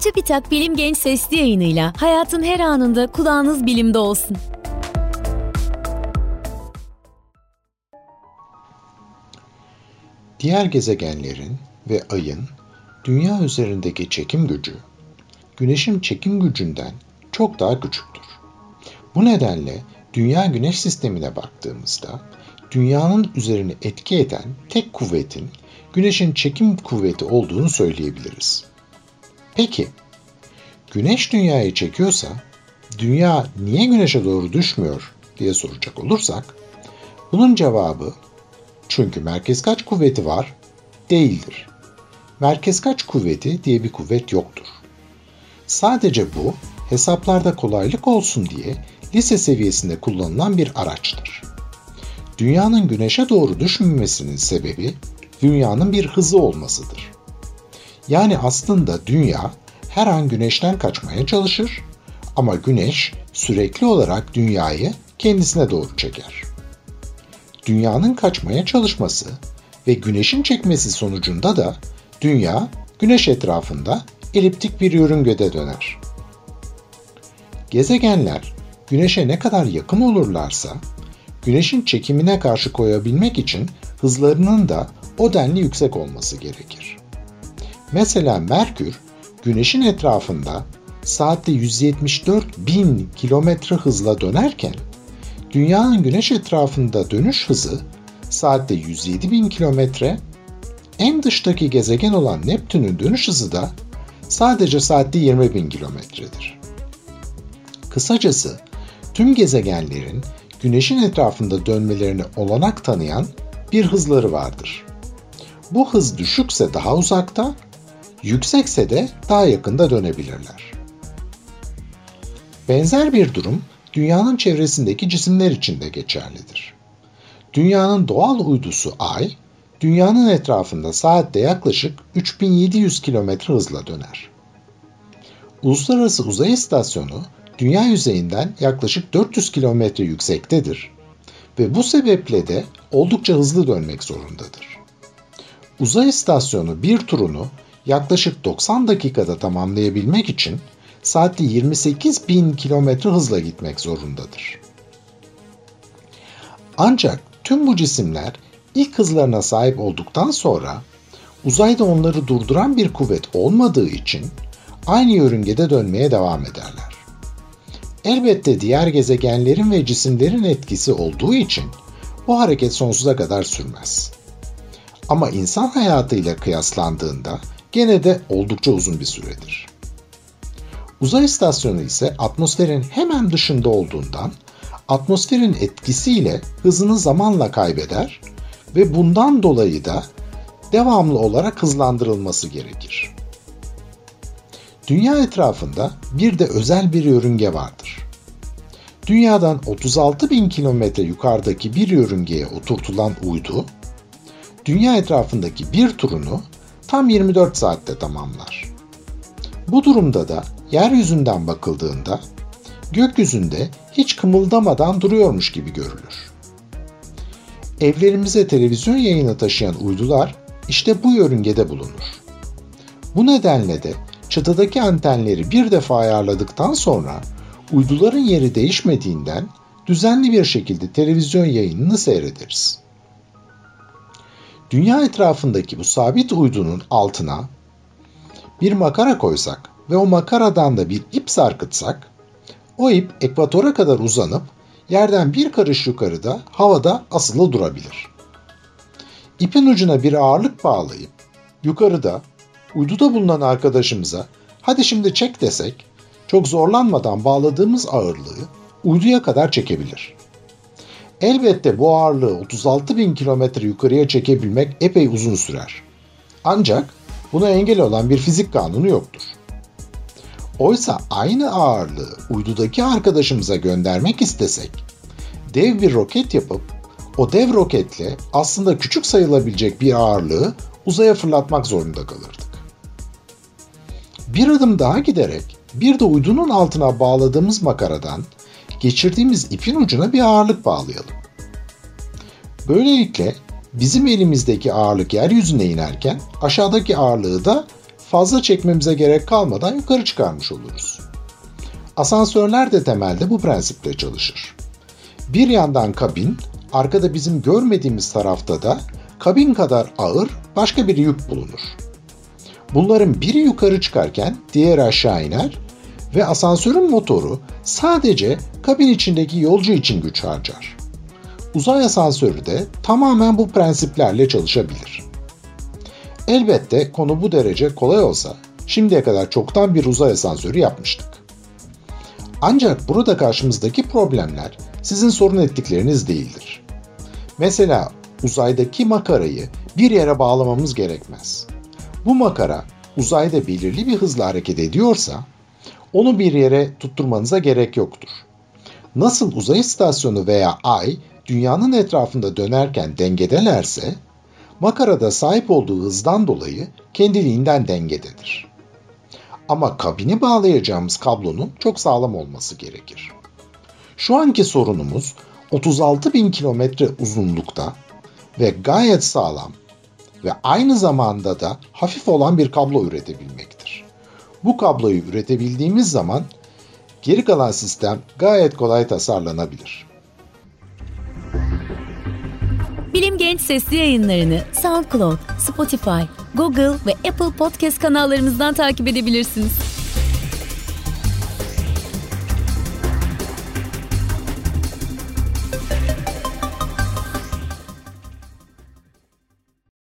Çubitak Bilim Genç Sesli yayınıyla hayatın her anında kulağınız bilimde olsun. Diğer gezegenlerin ve Ay'ın Dünya üzerindeki çekim gücü, Güneş'in çekim gücünden çok daha küçüktür. Bu nedenle Dünya Güneş sistemine baktığımızda Dünya'nın üzerine etki eden tek kuvvetin Güneş'in çekim kuvveti olduğunu söyleyebiliriz. Peki, Güneş Dünya'yı çekiyorsa Dünya niye Güneş'e doğru düşmüyor diye soracak olursak, bunun cevabı çünkü merkezkaç kuvveti var değildir. Merkezkaç kuvveti diye bir kuvvet yoktur. Sadece bu hesaplarda kolaylık olsun diye lise seviyesinde kullanılan bir araçtır. Dünyanın Güneş'e doğru düşmemesinin sebebi Dünya'nın bir hızı olmasıdır. Yani aslında Dünya her an Güneş'ten kaçmaya çalışır ama Güneş sürekli olarak Dünya'yı kendisine doğru çeker. Dünyanın kaçmaya çalışması ve Güneş'in çekmesi sonucunda da Dünya Güneş etrafında eliptik bir yörüngede döner. Gezegenler Güneş'e ne kadar yakın olurlarsa Güneş'in çekimine karşı koyabilmek için hızlarının da o denli yüksek olması gerekir. Mesela Merkür Güneş'in etrafında saatte 174.000 kilometre hızla dönerken Dünya'nın Güneş etrafında dönüş hızı saatte 107.000 kilometre, en dıştaki gezegen olan Neptün'ün dönüş hızı da sadece saatte 20.000 kilometredir. Kısacası tüm gezegenlerin Güneş'in etrafında dönmelerine olanak tanıyan bir hızları vardır. Bu hız düşükse daha uzakta, yüksekse de daha yakında dönebilirler. Benzer bir durum Dünya'nın çevresindeki cisimler için de geçerlidir. Dünyanın doğal uydusu Ay, Dünya'nın etrafında saatte yaklaşık 3700 km hızla döner. Uluslararası Uzay İstasyonu, Dünya yüzeyinden yaklaşık 400 km yüksektedir ve bu sebeple de oldukça hızlı dönmek zorundadır. Uzay İstasyonu bir turunu yaklaşık 90 dakikada tamamlayabilmek için saatte 28.000 km hızla gitmek zorundadır. Ancak tüm bu cisimler ilk hızlarına sahip olduktan sonra uzayda onları durduran bir kuvvet olmadığı için aynı yörüngede dönmeye devam ederler. Elbette diğer gezegenlerin ve cisimlerin etkisi olduğu için bu hareket sonsuza kadar sürmez. Ama insan hayatıyla kıyaslandığında gene de oldukça uzun bir süredir. Uzay istasyonu ise atmosferin hemen dışında olduğundan atmosferin etkisiyle hızını zamanla kaybeder ve bundan dolayı da devamlı olarak hızlandırılması gerekir. Dünya etrafında bir de özel bir yörünge vardır. Dünyadan 36.000 kilometre yukarıdaki bir yörüngeye oturtulan uydu, Dünya etrafındaki bir turunu tam 24 saatte tamamlar. Bu durumda da yeryüzünden bakıldığında gökyüzünde hiç kımıldamadan duruyormuş gibi görülür. Evlerimize televizyon yayını taşıyan uydular işte bu yörüngede bulunur. Bu nedenle de çatıdaki antenleri bir defa ayarladıktan sonra uyduların yeri değişmediğinden düzenli bir şekilde televizyon yayınını seyrederiz. Dünya etrafındaki bu sabit uydunun altına bir makara koysak ve o makaradan da bir ip sarkıtsak, o ip ekvatora kadar uzanıp yerden bir karış yukarıda havada asılı durabilir. İpin ucuna bir ağırlık bağlayıp yukarıda uyduda bulunan arkadaşımıza hadi şimdi çek desek, çok zorlanmadan bağladığımız ağırlığı uyduya kadar çekebilir. Elbette bu ağırlığı 36.000 kilometre yukarıya çekebilmek epey uzun sürer. Ancak buna engel olan bir fizik kanunu yoktur. Oysa aynı ağırlığı uydudaki arkadaşımıza göndermek istesek, dev bir roket yapıp o dev roketle aslında küçük sayılabilecek bir ağırlığı uzaya fırlatmak zorunda kalırdık. Bir adım daha giderek bir de uydunun altına bağladığımız makaradan geçirdiğimiz ipin ucuna bir ağırlık bağlayalım. Böylelikle bizim elimizdeki ağırlık yeryüzüne inerken aşağıdaki ağırlığı da fazla çekmemize gerek kalmadan yukarı çıkarmış oluruz. Asansörler de temelde bu prensiple çalışır. Bir yandan kabin, arkada bizim görmediğimiz tarafta da kabin kadar ağır başka bir yük bulunur. Bunların biri yukarı çıkarken diğeri aşağı iner ve asansörün motoru sadece kabin içindeki yolcu için güç harcar. Uzay asansörü de tamamen bu prensiplerle çalışabilir. Elbette konu bu derece kolay olsa şimdiye kadar çoktan bir uzay asansörü yapmıştık. Ancak burada karşımızdaki problemler sizin sorun ettikleriniz değildir. Mesela uzaydaki makarayı bir yere bağlamamız gerekmez. Bu makara uzayda belirli bir hızla hareket ediyorsa onu bir yere tutturmanıza gerek yoktur. Nasıl uzay istasyonu veya ay dünyanın etrafında dönerken dengedelerse, makarada sahip olduğu hızdan dolayı kendiliğinden dengededir. Ama kabini bağlayacağımız kablonun çok sağlam olması gerekir. Şu anki sorunumuz 36.000 kilometre uzunlukta ve gayet sağlam ve aynı zamanda da hafif olan bir kablo üretebilmektir. Bu kabloyu üretebildiğimiz zaman geri kalan sistem gayet kolay tasarlanabilir. Bilim Genç sesli yayınlarını SoundCloud, Spotify, Google ve Apple Podcast kanallarımızdan takip edebilirsiniz.